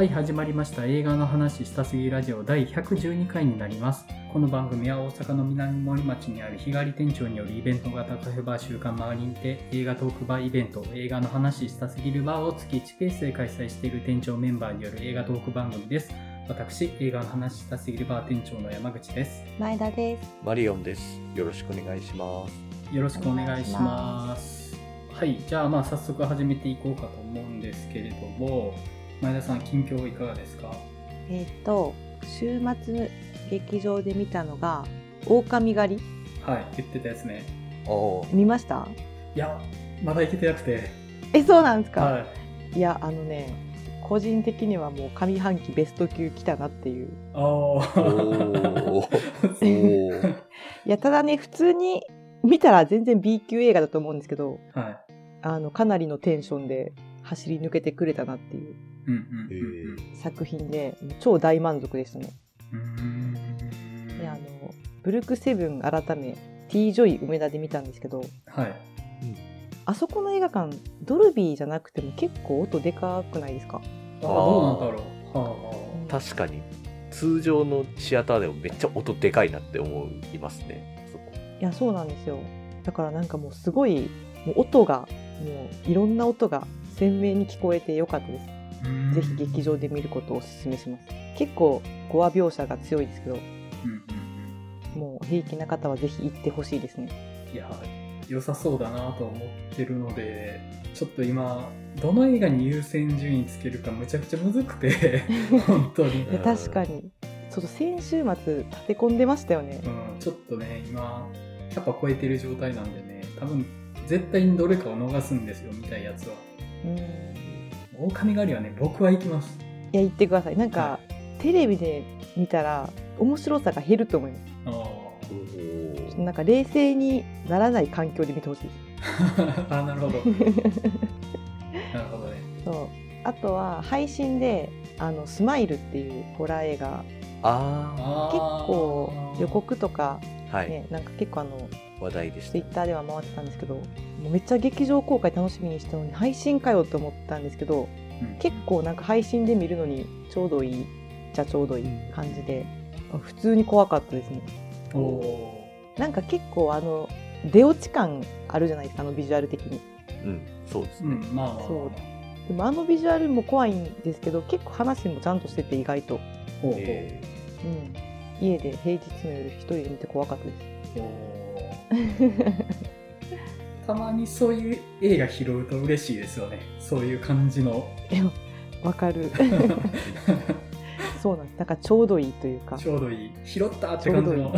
はい、始まりました。映画の話したすぎラジオ第112回になります。この番組は大阪の南森町にある日帰り店長によるイベント型カフェバー週刊周りにて映画トークバーイベント、映画の話したすぎるバーを月1ペースで開催している店長メンバーによる映画トーク番組です。私、映画の話したすぎるバー店長の山口です。 前田です。 マリオンです。よろしくお願いします。 よろしくお願いします。はい、じゃあ早速始めていこうかと思うんですけれども、前田さん、近況いかがですか？ 週末劇場で見たのが狼狩り。 はい、言ってたやつね。 見ました？ いや、まだ行けてなくて。 そうなんですか？ はい。 いや、個人的にはもう上半期ベスト級来たなっていう。いや、ただね、普通に見たら全然 B 級映画だと思うんですけど、 はい、 かなりのテンションで走り抜けてくれたなっていう作品で、超大満足でしたね。で、ブルクセブン改め T ジョイ梅田で見たんですけど、 はい、 あそこの映画館ドルビーじゃなくても結構音でかくないですか？ どうなんだろう。 確かに通常のシアターでもめっちゃ音でかいなって思いますね。 いや、そうなんですよ。だからなんかもうすごい、もう音がもういろんな音が鮮明に聞こえてよかったです。ぜひ劇場で見ることをお勧めします。結構語話描写が強いですけど、もう平気な方はぜひ行ってほしいですね。 いや、良さそうだなと思ってるので、ちょっと今どの映画に優先順位つけるかむちゃくちゃむずくて本当に。 確かにちょっと先週末立て込んでましたよね。 ちょっとね、今100%超えてる状態なんでね、多分絶対にどれかを逃すんですよ、見たいやつは。狼狩りはね、僕は行きます。 いや、行ってください。なんか、テレビで見たら面白さが減ると思います。なんか冷静にならない環境で見てほしいです。 なるほど。なるほどね。 そう。あとは配信でスマイルっていうホラー映画、結構予告とか、ね、なんか結構話題でした。 ツイッターでは回ってたんですけど、もうめっちゃ劇場公開楽しみにしたのに配信かよと思ったんですけど、結構なんか配信で見るのにちょうどいいじゃちょうどいい感じで、普通に怖かったですね。なんか結構出落ち感あるじゃないですか、ビジュアル的に。 そうですね。 そうでもビジュアルも怖いんですけど、結構話もちゃんとしてて意外と、家で平日の夜一人で見て怖かったです。 たまにそういう映画拾うと嬉しいですよね。そういう感じの。 わかる。そうなんです。なんかちょうどいいというか。 ちょうどいい。拾ったって感じの。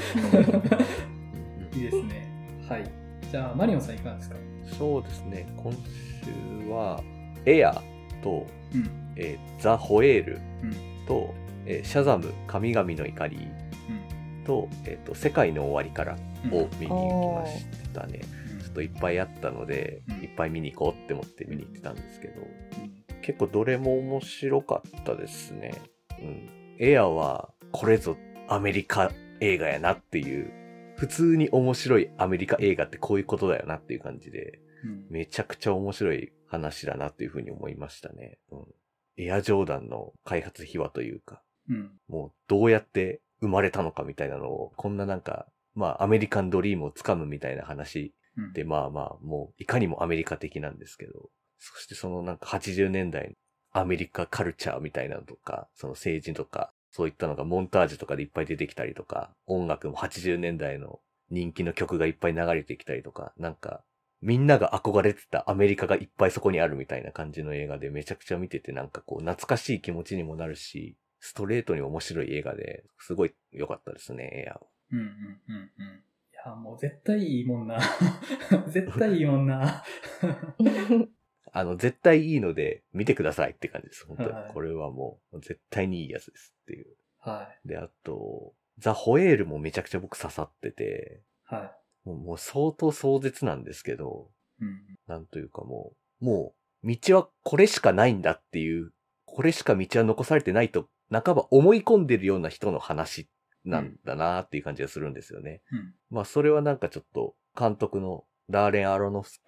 いいですね。はい。じゃあマリオンさんいかがですか？ そうですね。今週はエアと、ザ・ホエールと、シャザム神々の怒りと、世界の終わりからを見に行きましたね。ちょっといっぱいあったので、いっぱい見に行こうって思って見に行ってたんですけど、結構どれも面白かったですね。エアはこれぞアメリカ映画やなっていう、普通に面白いアメリカ映画ってこういうことだよなっていう感じで、めちゃくちゃ面白い話だなっていうふうに思いましたね。エアジョーダンの開発秘話というか、もうどうやって生まれたのかみたいなのを、こんななんか、アメリカンドリームをつかむみたいな話で、もういかにもアメリカ的なんですけど、そしてそのなんか80年代のアメリカカルチャーみたいなのとか、その政治とか、そういったのがモンタージュとかでいっぱい出てきたりとか、音楽も80年代の人気の曲がいっぱい流れてきたりとか、なんか、みんなが憧れてたアメリカがいっぱいそこにあるみたいな感じの映画で、めちゃくちゃ見ててなんかこう懐かしい気持ちにもなるし、ストレートに面白い映画ですごい良かったですね、エアは。 いや、もう絶対いいもんな。絶対いいもんな。 絶対いいので見てくださいって感じです。本当に。これはもう絶対にいいやつですっていう。で、あと、ザ・ホエールもめちゃくちゃ僕刺さってて、もう相当壮絶なんですけど、なんというかもう道はこれしかないんだっていう、これしか道は残されてないと、半ば思い込んでるような人の話なんだなっていう感じがするんですよね。それはなんかちょっと監督のダーレン・アロノフスキ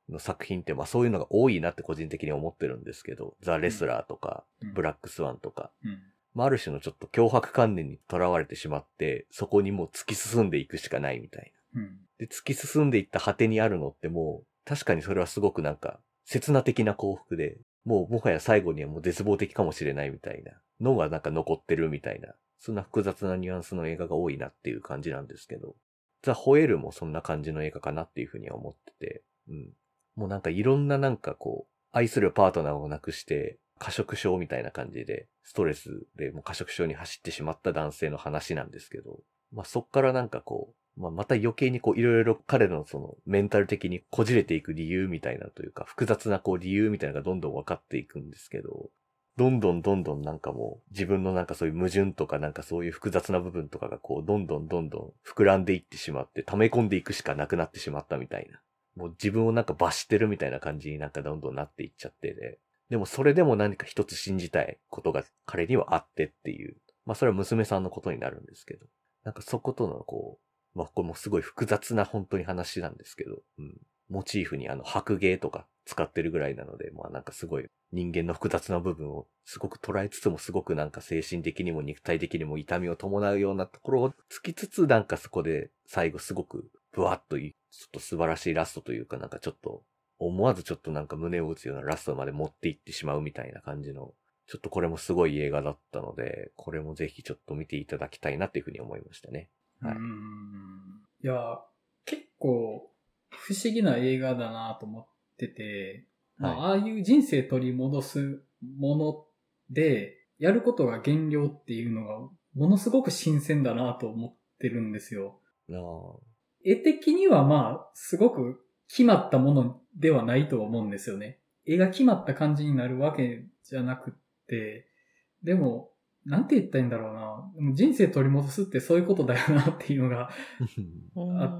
の作品って、まあそういうのが多いなって個人的に思ってるんですけど、ザ・レスラーとか、ブラックスワンとか、まあある種のちょっと強迫観念にとらわれてしまって、そこにもう突き進んでいくしかないみたいな。で、突き進んでいった果てにあるのってもう、確かにそれはすごくなんか、刹那的な幸福で、もはや最後にはもう絶望的かもしれないみたいなのがなんか残ってるみたいな、そんな複雑なニュアンスの映画が多いなっていう感じなんですけど、ザ・ホエールもそんな感じの映画かなっていうふうには思ってて、もうなんかいろんななんかこう、愛するパートナーを亡くして、過食症みたいな感じで、ストレスでもう過食症に走ってしまった男性の話なんですけど、まあそっからなんかこう、また余計にこういろいろ彼のそのメンタル的にこじれていく理由みたいなというか複雑なこう理由みたいなのがどんどん分かっていくんですけど、どんどんなんかもう自分のなんかそういう矛盾とかなんかそういう複雑な部分とかがこうどんどん膨らんでいってしまって溜め込んでいくしかなくなってしまったみたいな。もう自分をなんか罰してるみたいな感じになんかどんどんなっていっちゃってでもそれでも何か一つ信じたいことが彼にはあってっていう。まあそれは娘さんのことになるんですけど。なんかそことのこう、まあこれもすごい複雑な本当に話なんですけど、モチーフに白芸とか使ってるぐらいなので、まあなんかすごい人間の複雑な部分をすごく捉えつつもすごくなんか精神的にも肉体的にも痛みを伴うようなところをつきつつなんかそこで最後すごくブワッとちょっと素晴らしいラストというかなんかちょっと思わずちょっとなんか胸を打つようなラストまで持っていってしまうみたいな感じのちょっとこれもすごい映画だったので、これもぜひちょっと見ていただきたいなっていうふうに思いましたね。はい。 いや、結構不思議な映画だなと思ってて、まあ、ああいう人生取り戻すもので、やることが減量っていうのがものすごく新鮮だなと思ってるんですよ。絵的にはまあ、すごく決まったものではないと思うんですよね。絵が決まった感じになるわけじゃなくって、でも、なんて言ったらいいんだろうな。人生取り戻すってそういうことだよなっていうのがあって、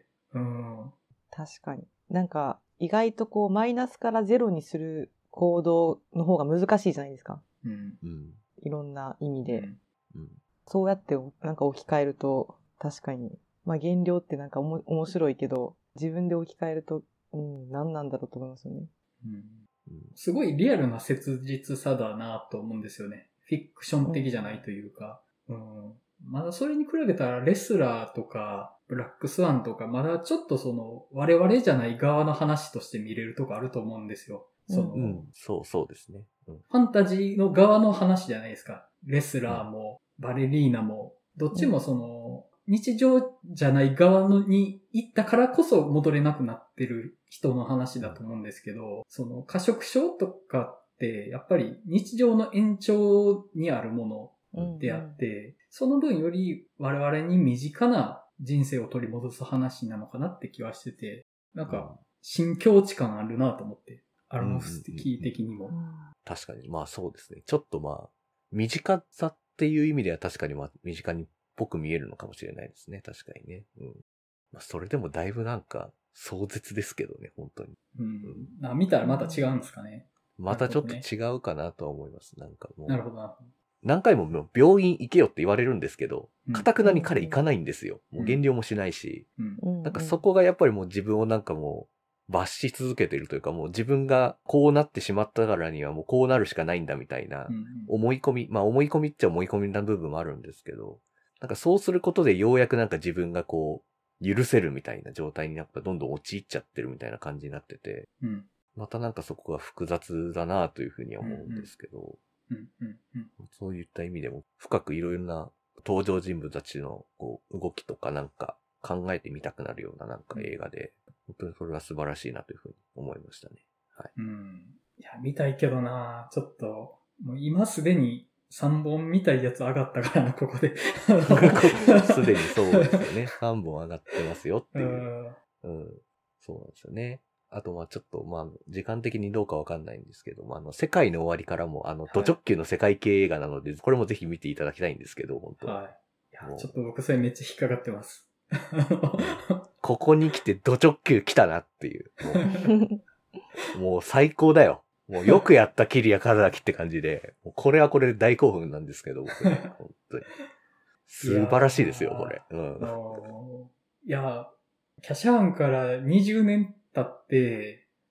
確かに。なんか、意外とこう、マイナスからゼロにする行動の方が難しいじゃないですか。いろんな意味で。そうやってなんか置き換えると、確かに。まあ、減量ってなんか面白いけど、自分で置き換えると、何なんだろうと思いますよね。 すごいリアルな切実さだなと思うんですよね。フィクション的じゃないというか。まだそれに比べたらレスラーとかブラックスワンとかまだちょっとその我々じゃない側の話として見れるとこあると思うんですよ。 そうですね。 ファンタジーの側の話じゃないですか。レスラーもバレリーナもどっちもその日常じゃない側に行ったからこそ戻れなくなってる人の話だと思うんですけど、その過食症とかってやっぱり日常の延長にあるものであって、その分より我々に身近な人生を取り戻す話なのかなって気はしてて、なんか新境地感あるなと思って、アロノフスキー的にも。 確かに、まあそうですね。ちょっとまあ、身近さっていう意味では確かにまあ身近にぽく見えるのかもしれないですね。確かにね。まあ、それでもだいぶなんか壮絶ですけどね、本当に。 見たらまた違うんですかね。 またちょっと違うかなとは思います。なんかもう。 なるほど。 何回も病院行けよって言われるんですけど、堅くなに彼行かないんですよ。もう減量もしないし。なんかそこがやっぱりもう自分をなんかもう罰し続けてるというか、もう自分がこうなってしまったからにはもうこうなるしかないんだみたいな思い込み。まあ思い込みっちゃ思い込みな部分もあるんですけど、なんかそうすることでようやくなんか自分がこう許せるみたいな状態にやっぱどんどん陥っちゃってるみたいな感じになってて、またなんかそこが複雑だなというふうには思うんですけど、そういった意味でも深くいろいろな登場人物たちのこう動きとかなんか考えてみたくなるようななんか映画で、本当にそれは素晴らしいなというふうに思いましたね。はい。 いや、見たいけどなちょっと、もう今すでに3本見たいやつ上がったからな、ここで。 すでにそうですよね。3本上がってますよっていう。そうなんですよね。あと、まあちょっと、まあ時間的にどうかわかんないんですけど、まあ世界の終わりからも、ド直球の世界系映画なので、これもぜひ見ていただきたいんですけど、本当はい。いや、ちょっと僕それめっちゃ引っかかってます。 ここに来てド直球来たなっていう。もう最高だよ。もうよくやった桐谷和明って感じで、もうこれはこれで大興奮なんですけど、僕ね、本当に。素晴らしいですよ、これ。 いや、キャシャーンから20年経って、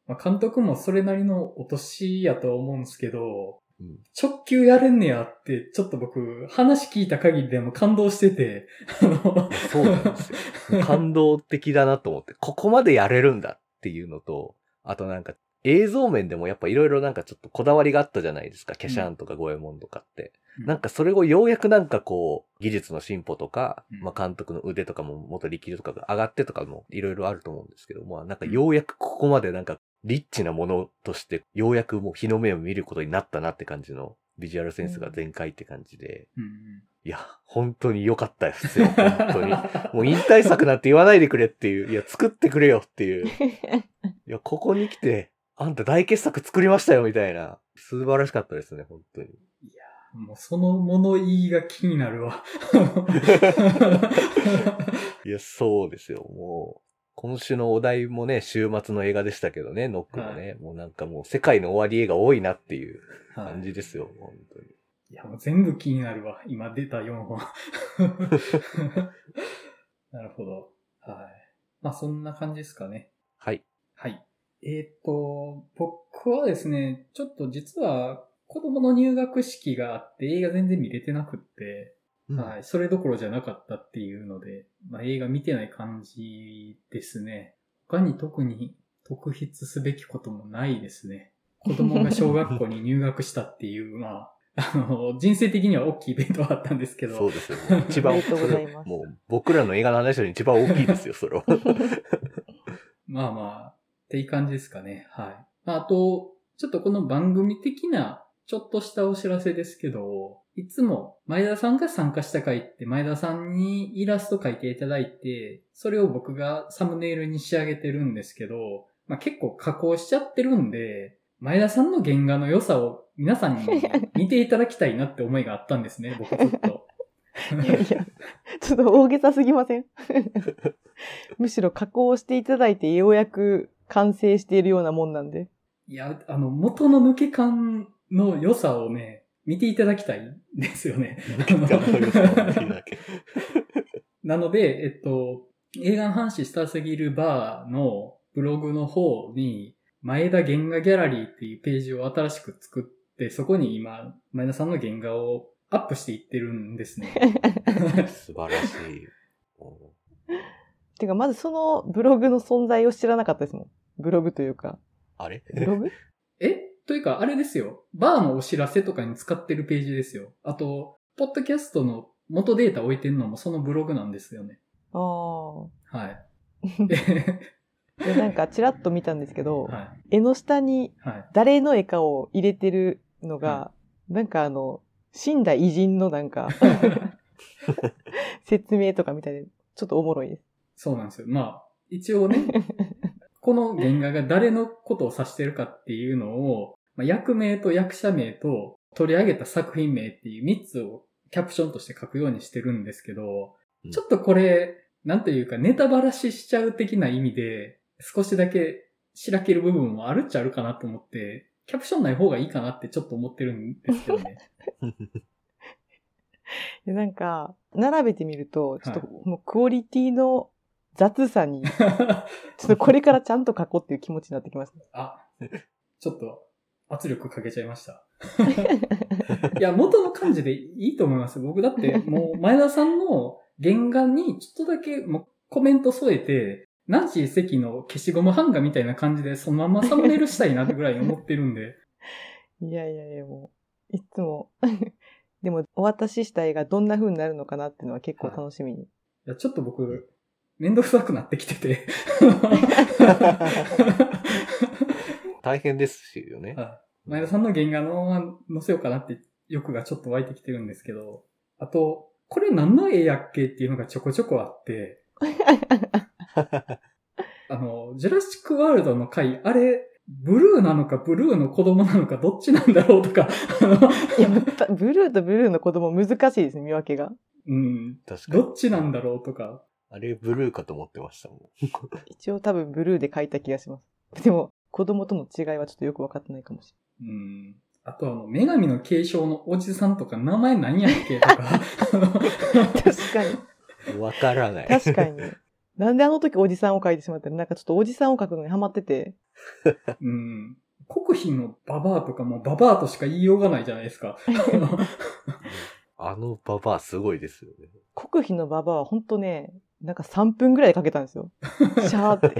まあ、監督もそれなりのお年やとは思うんですけど、直球やれんねやって、ちょっと僕、話聞いた限りでも感動してて、 そうなんですよ。感動的だなと思って、ここまでやれるんだっていうのと、あとなんか、映像面でもやっぱいろいろなんかちょっとこだわりがあったじゃないですか。キャシャーンとかゴエモンとかって。なんかそれをようやくなんかこう、技術の進歩とか、まあ監督の腕とかももっと力量とかが上がってとかもいろいろあると思うんですけど、まあなんかようやくここまでなんかリッチなものとしてようやくもう日の目を見ることになったなって感じのビジュアルセンスが全開って感じで。いや、本当に良かったですよ。本当に。もう引退作なんて言わないでくれっていう。いや、作ってくれよっていう。いや、ここに来て、あんた大傑作作りましたよみたいな。素晴らしかったですね、本当に。 いや、もうその物言いが気になるわ。 いや、そうですよ。もう、今週のお題もね、週末の映画でしたけどね、ノックもね。はい、もうなんかもう世界の終わり映画多いなっていう感じですよ、はい、本当に。 いや、もう全部気になるわ。今出た4本。なるほど。はい。まあそんな感じですかね。 はい。 はい。僕はですね、ちょっと実は子供の入学式があって映画全然見れてなくって、はい。それどころじゃなかったっていうので、まあ映画見てない感じですね。他に特に特筆すべきこともないですね。子供が小学校に入学したっていう、まあ、人生的には大きいイベントはあったんですけど。 そうですよ。一番、もう僕らの映画の話より一番大きいですよ、それは。 まあまあ、っていう感じですかね。はい。あと、ちょっとこの番組的な、ちょっとしたお知らせですけど、いつも前田さんが参加した回って前田さんにイラスト描いていただいて、それを僕がサムネイルに仕上げてるんですけど、まあ結構加工しちゃってるんで、前田さんの原画の良さを皆さんに見ていただきたいなって思いがあったんですね、僕ずっと。 いやいや、ちょっと大げさすぎません？むしろ加工していただいてようやく完成しているようなもんなんで。 いや、元の抜け感の良さをね、見ていただきたいんですよね。なので、映画の話したすぎるバーのブログの方に、前田原画ギャラリーっていうページを新しく作って、そこに今、前田さんの原画をアップしていってるんですね。 素晴らしい。 てか、まずそのブログの存在を知らなかったですもん。ブログというか。 あれ？ ブログ？ というか、あれですよ。バーのお知らせとかに使ってるページですよ。あと、ポッドキャストの元データ置いてるのもそのブログなんですよね。 ああ。 はい。 でなんかチラッと見たんですけど、 はい、 絵の下に誰の絵かを入れてるのが、はい、なんか死んだ偉人のなんか説明とかみたいでちょっとおもろいです。 そうなんですよ。まあ一応ねこの原画が誰のことを指してるかっていうのを、まあ、役名と役者名と取り上げた作品名っていう3つをキャプションとして書くようにしてるんですけど、ちょっとこれなんというかネタばらししちゃう的な意味で少しだけしらける部分もあるっちゃあるかなと思って、キャプションない方がいいかなってちょっと思ってるんですけどね。 なんか、並べてみると、ちょっともうクオリティの雑さに、ちょっとこれからちゃんと書こうっていう気持ちになってきました。 あ、ちょっと圧力かけちゃいました。いや、元の感じでいいと思います。僕だってもう前田さんの原画にちょっとだけもうコメント添えて、ナンシー関の消しゴム版画みたいな感じでそのままサムネイルしたいなってぐらい思ってるんで。 いやいやいや、もう、いつも。でも、お渡しした絵がどんな風になるのかなっていうのは結構楽しみに。 いや、ちょっと僕、めんどくさくなってきてて。 大変ですしよね。 前田さんの原画のまま載せようかなって欲がちょっと湧いてきてるんですけど、あと、これ何の絵やっけっていうのがちょこちょこあって、ジュラシックワールドの回、あれ、ブルーなのかブルーの子供なのかどっちなんだろうとか。 いや、ブルーとブルーの子供難しいですね、見分けが。 うん。確かに。どっちなんだろうとか。 あれ、ブルーかと思ってましたもん。 一応多分ブルーで描いた気がします。でも、子供との違いはちょっとよく分かってないかもしれない。 うん。あと女神の継承のおじさんとか名前何やっけとか。 確かに。 わからない。 確かに。 なんであの時おじさんを描いてしまったら、なんかちょっとおじさんを描くのにハマってて。 うん。国費のババアとかもババアとしか言いようがないじゃないですか。 あのババアすごいですよね。 国費のババアはほんとね、なんか3分ぐらいかけたんですよ。シャーって。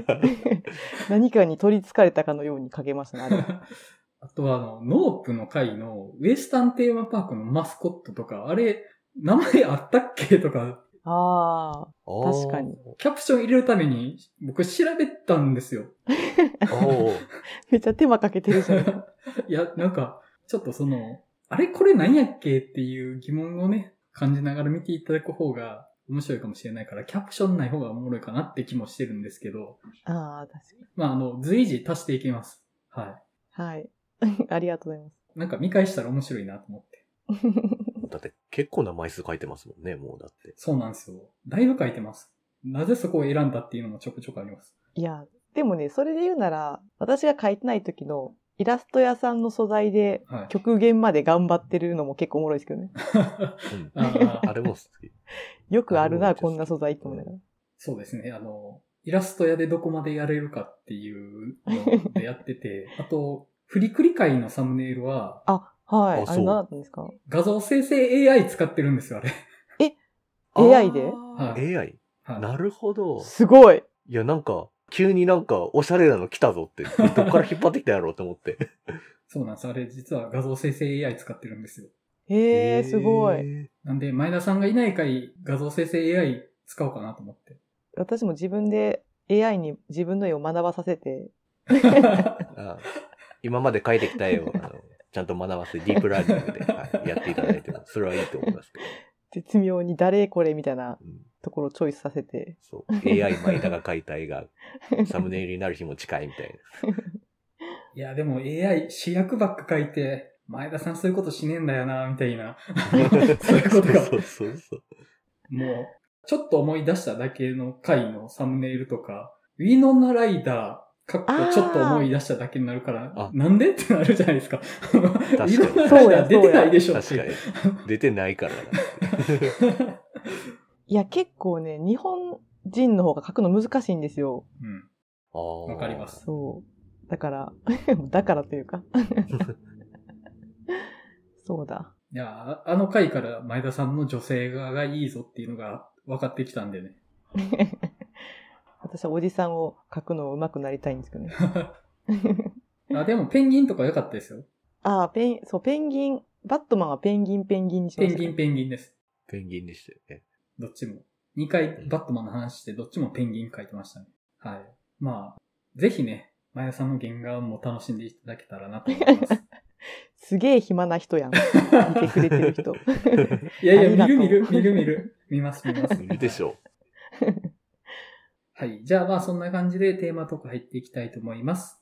何かに取り憑かれたかのようにかけましたね、あれは。 あとはノープの回のウエスタンテーマパークのマスコットとか、あれ、名前あったっけとか。 ああ、確かに。 キャプション入れるために僕調べたんですよ。 めっちゃ手間かけてるじゃん。 いや、なんか、ちょっとあれこれ何やっけっていう疑問をね、感じながら見ていただく方が面白いかもしれないから、キャプションない方がおもろいかなって気もしてるんですけど。 ああ、確かに。 まあ、随時足していきます。はい。 はい。ありがとうございます。 なんか見返したら面白いなと思って。 だって結構な枚数書いてますもんね、もうだって。 そうなんですよ。だいぶ書いてます。なぜそこを選んだっていうのもちょくちょくあります。 いや、でもね、それで言うなら、私が書いてない時のイラスト屋さんの素材で極限まで頑張ってるのも結構おもろいですけどね。 あれも好き。 よくあるな、こんな素材って思いながら。 そうですね。イラスト屋でどこまでやれるかっていうのでやってて、あと、フリクリ会のサムネイルは、 はい。あれ何だったんですか？ 画像生成 AI 使ってるんですよ、あれ。 AI で？ はい。AI？はい、なるほど。 すごい。 いや、なんか、急になんか、おしゃれなの来たぞって、どっから引っ張ってきたやろうと思って。 そうなんです。あれ、実は画像生成 AI 使ってるんですよ。 へー、すごい。 なんで、前田さんがいない回、画像生成 AI 使おうかなと思って。 私も自分で AI に自分の絵を学ばさせて。 今まで描いてきた絵を、ちゃんと学ばせて、ディープラーニングで、やっていただいても、それはいいと思いますけど。 絶妙に誰これみたいなところをチョイスさせて。 そう。AI 前田が描いた絵が、サムネイルになる日も近いみたいな。 いや、でも AI 主役ばっか書いて、前田さんそういうことしねえんだよな、みたいな。そういうことが。 そう。 もう、ちょっと思い出しただけの回のサムネイルとか、ウィノナライダー、ちょっと思い出しただけになるから、なんでってなるじゃないですか。 確かに。 ウィノナライダー出てないでしょ。 確かに。出てないからな。 いや、結構ね、日本人の方が書くの難しいんですよ。 うん。わかります。 そう。だからというか。そうだ。 いや、あの回から前田さんの女性側がいいぞっていうのが分かってきたんでね。 私はおじさんを描くの上手くなりたいんですけどね。 でもペンギンとか良かったですよ。 ペンギン、バットマンはペンギンにしました。 ペンギンです。 ペンギンでしたよね。 どっちも。2回バットマンの話してどっちもペンギン描いてましたね。はい。まあ、ぜひね、前田さんの原画も楽しんでいただけたらなと思います。すげえ暇な人やん。見てくれてる人。 いや、見る。見ます。 見るでしょう。 はい。じゃあまあそんな感じでテーマとか入っていきたいと思います。